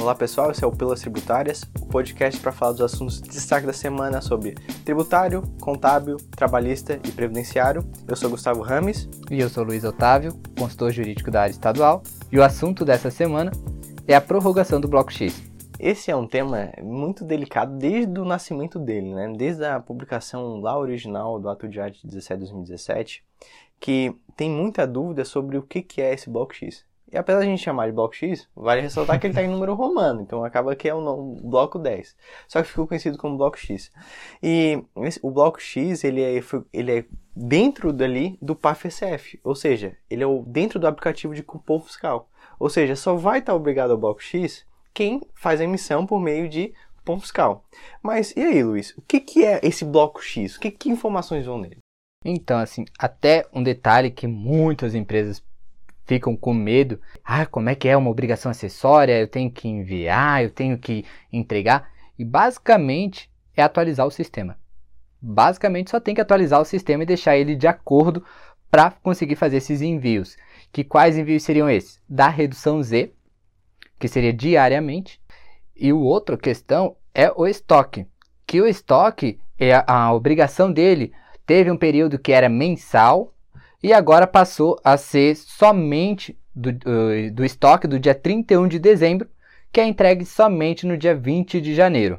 Olá pessoal, esse é o Pílulas Tributárias, o podcast para falar dos assuntos de destaque da semana sobre tributário, contábil, trabalhista e previdenciário. Eu sou Gustavo Rames. E eu sou Luiz Otávio, consultor jurídico da área estadual, e o assunto dessa semana é a prorrogação do Bloco X. Esse é um tema muito delicado desde o nascimento dele, né? Desde a publicação lá original do Ato de Arte 17 de 2017, que tem muita dúvida sobre o que é esse Bloco X. E apesar de a gente chamar de Bloco X, vale ressaltar que ele está em número romano, então acaba que é o Bloco 10. Só que ficou conhecido como Bloco X. E o Bloco X, ele é dentro dali do PAF-SF, ou seja, ele é dentro do aplicativo de cupom fiscal. Ou seja, só vai estar obrigado ao Bloco X quem faz a emissão por meio de cupom fiscal. Mas e aí, Luiz, o que é esse Bloco X? Que informações vão nele? Então, assim, até um detalhe que muitas empresas ficam com medo. Como é que é uma obrigação acessória? Eu tenho que enviar, eu tenho que entregar. E basicamente é atualizar o sistema. Basicamente só tem que atualizar o sistema e deixar ele de acordo para conseguir fazer esses envios. Quais envios seriam esses? Da redução Z, que seria diariamente. E a outra questão é o estoque. Que o estoque, a obrigação dele, teve um período que era mensal, e agora passou a ser somente do estoque do dia 31 de dezembro, que é entregue somente no dia 20 de janeiro.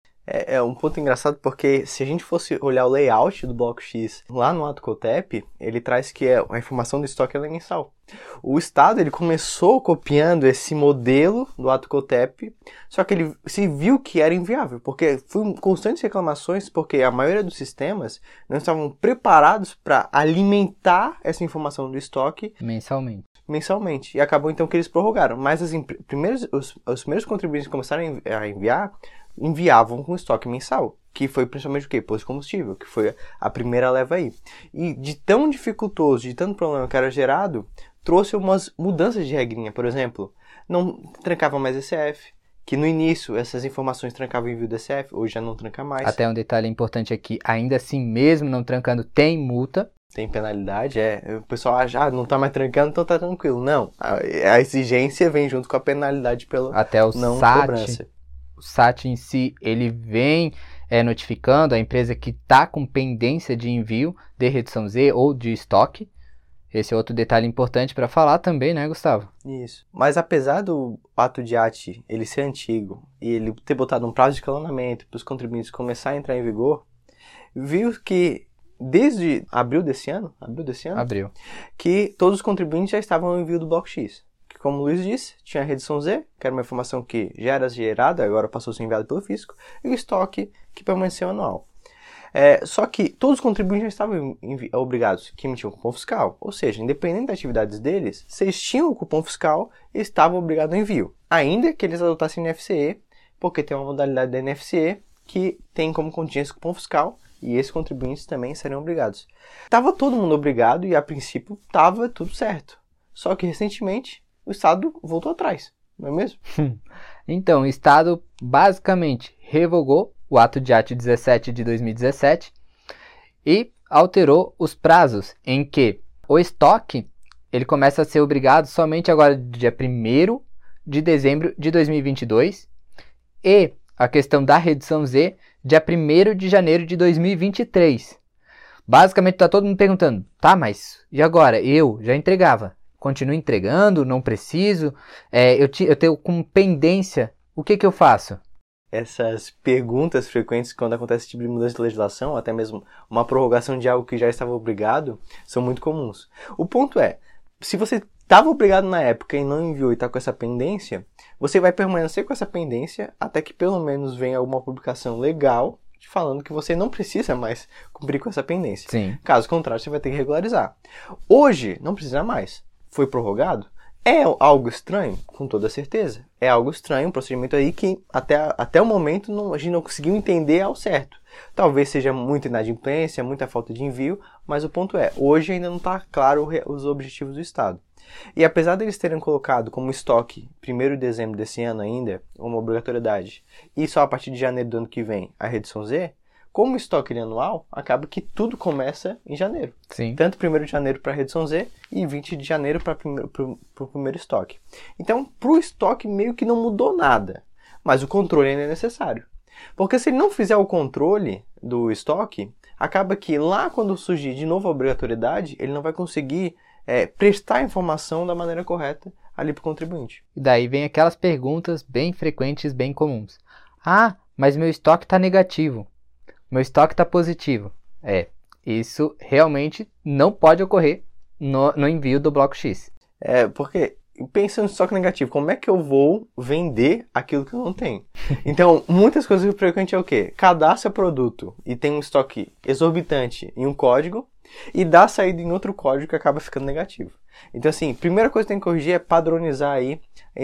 É um ponto engraçado porque se a gente fosse olhar o layout do Bloco X lá no Ato COTEP, ele traz que a informação do estoque é mensal. O Estado ele começou copiando esse modelo do Ato COTEP, só que ele se viu que era inviável, porque foi constantes reclamações, porque a maioria dos sistemas não estavam preparados para alimentar essa informação do estoque mensalmente. E acabou então que eles prorrogaram. Mas os primeiros contribuintes que começaram a enviavam com estoque mensal, que foi principalmente o quê? Posto de combustível, que foi a primeira leva aí. E de tão dificultoso, de tanto problema que era gerado, trouxe umas mudanças de regrinha. Por exemplo, não trancava mais ECF, que no início essas informações trancavam o envio do ECF, hoje já não tranca mais. Até um detalhe importante aqui, ainda assim mesmo não trancando, tem multa. Tem penalidade, o pessoal acha, não tá mais trancando, então tá tranquilo. Não, a exigência vem junto com a penalidade pela até o não SAT, cobrança. O SAT em si, ele vem notificando a empresa que está com pendência de envio de redução Z ou de estoque. Esse é outro detalhe importante para falar também, né, Gustavo? Isso. Mas apesar do Ato de Arte ele ser antigo e ele ter botado um prazo de escalonamento para os contribuintes começar a entrar em vigor, viu que desde abril desse ano, que todos os contribuintes já estavam no envio do Bloco X. Como o Luiz disse, tinha a redução Z, que era uma informação que já era gerada, agora passou a ser enviada pelo fisco, e o estoque, que permaneceu anual. Só que todos os contribuintes já estavam obrigados que emitiam o cupom fiscal, ou seja, independente das atividades deles, se eles tinham o cupom fiscal, eles estavam obrigados ao envio, ainda que eles adotassem o NFCE, porque tem uma modalidade da NFCE que tem como contingência o cupom fiscal, e esses contribuintes também seriam obrigados. Estava todo mundo obrigado e, a princípio, estava tudo certo. Só que, recentemente, o Estado voltou atrás, não é mesmo? Então, o Estado basicamente revogou o Ato de Arte 17 de 2017 e alterou os prazos em que o estoque ele começa a ser obrigado somente agora dia 1º de dezembro de 2022 e a questão da redução Z dia 1º de janeiro de 2023. Basicamente está todo mundo perguntando, mas e agora? Eu já entregava. Continuo entregando, não preciso, eu tenho com pendência, o que eu faço? Essas perguntas frequentes quando acontece esse tipo de mudança de legislação, até mesmo uma prorrogação de algo que já estava obrigado, são muito comuns. O ponto é, se você estava obrigado na época e não enviou e está com essa pendência, você vai permanecer com essa pendência até que pelo menos venha alguma publicação legal falando que você não precisa mais cumprir com essa pendência. Sim. Caso contrário, você vai ter que regularizar. Hoje, não precisa mais. Foi prorrogado? É algo estranho? Com toda certeza. É algo estranho, um procedimento aí que até o momento a gente não conseguiu entender ao certo. Talvez seja muita inadimplência, muita falta de envio, mas o ponto é, hoje ainda não está claro os objetivos do Estado. E apesar deles terem colocado como estoque 1º de dezembro desse ano ainda, uma obrigatoriedade, e só a partir de janeiro do ano que vem a redução Z, como o estoque é anual, acaba que tudo começa em janeiro. Sim. Tanto 1º de janeiro para a redução Z e 20 de janeiro para o primeiro estoque. Então, para o estoque meio que não mudou nada, mas o controle ainda é necessário. Porque se ele não fizer o controle do estoque, acaba que lá quando surgir de novo a obrigatoriedade, ele não vai conseguir prestar a informação da maneira correta ali para o contribuinte. E daí vem aquelas perguntas bem frequentes, bem comuns. Ah, mas meu estoque está negativo. Meu estoque está positivo. Isso realmente não pode ocorrer no envio do bloco X. Porque pensa no estoque negativo, como é que eu vou vender aquilo que eu não tenho? Então, muitas coisas frequentes é o quê? Cadastra produto e tem um estoque exorbitante em um código e dá saída em outro código que acaba ficando negativo. Então, assim, primeira coisa que tem que corrigir é padronizar aí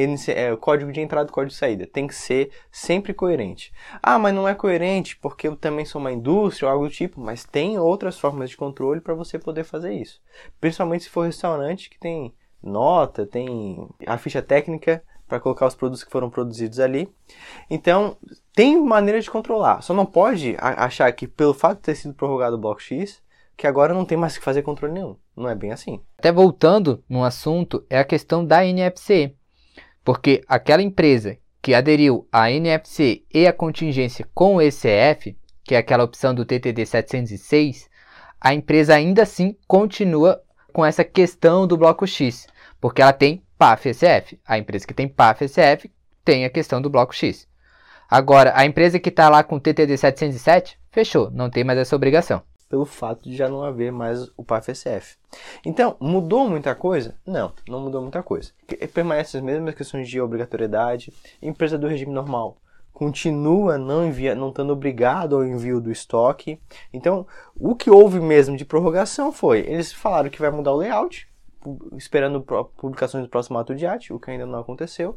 o código de entrada e o código de saída. Tem que ser sempre coerente. Ah, mas não é coerente porque eu também sou uma indústria ou algo do tipo, mas tem outras formas de controle para você poder fazer isso. Principalmente se for restaurante que tem nota, tem a ficha técnica para colocar os produtos que foram produzidos ali. Então, tem maneira de controlar. Só não pode achar que pelo fato de ter sido prorrogado o bloco X, que agora não tem mais que fazer controle nenhum. Não é bem assim. Até voltando no assunto, é a questão da NFCE. Porque aquela empresa que aderiu à NFCE e a contingência com o ECF, que é aquela opção do TTD 706, a empresa ainda assim continua com essa questão do bloco X, porque ela tem PAF-ECF. A empresa que tem PAF-ECF tem a questão do bloco X. Agora, a empresa que está lá com o TTD 707, fechou, não tem mais essa obrigação. Pelo fato de já não haver mais o PAF-ECF. Então, mudou muita coisa? Não mudou muita coisa. Permanecem as mesmas questões de obrigatoriedade. Empresa do regime normal continua não estando obrigado ao envio do estoque. Então, o que houve mesmo de prorrogação foi, eles falaram que vai mudar o layout, esperando publicações do próximo ato de arte, o que ainda não aconteceu,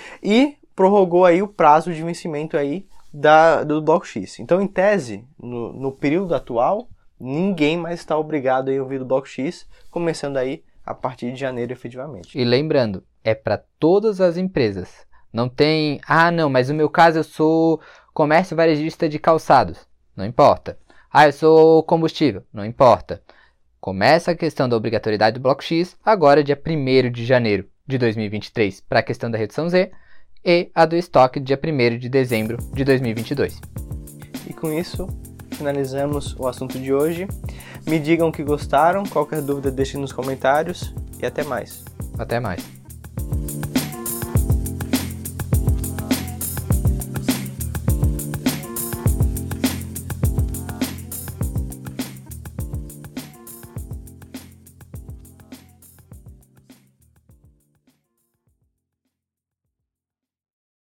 e prorrogou aí o prazo de vencimento aí do bloco X. Então, em tese, no período atual, ninguém mais está obrigado a enviar do bloco X, começando aí a partir de janeiro efetivamente. E lembrando, é para todas as empresas. Não tem, não, mas no meu caso eu sou comércio varejista de calçados. Não importa. Eu sou combustível. Não importa. Começa a questão da obrigatoriedade do bloco X, agora dia 1º de janeiro de 2023 para a questão da redução Z e a do estoque dia 1º de dezembro de 2022. E com isso, finalizamos o assunto de hoje. Me digam o que gostaram, qualquer dúvida deixem nos comentários e até mais. Até mais.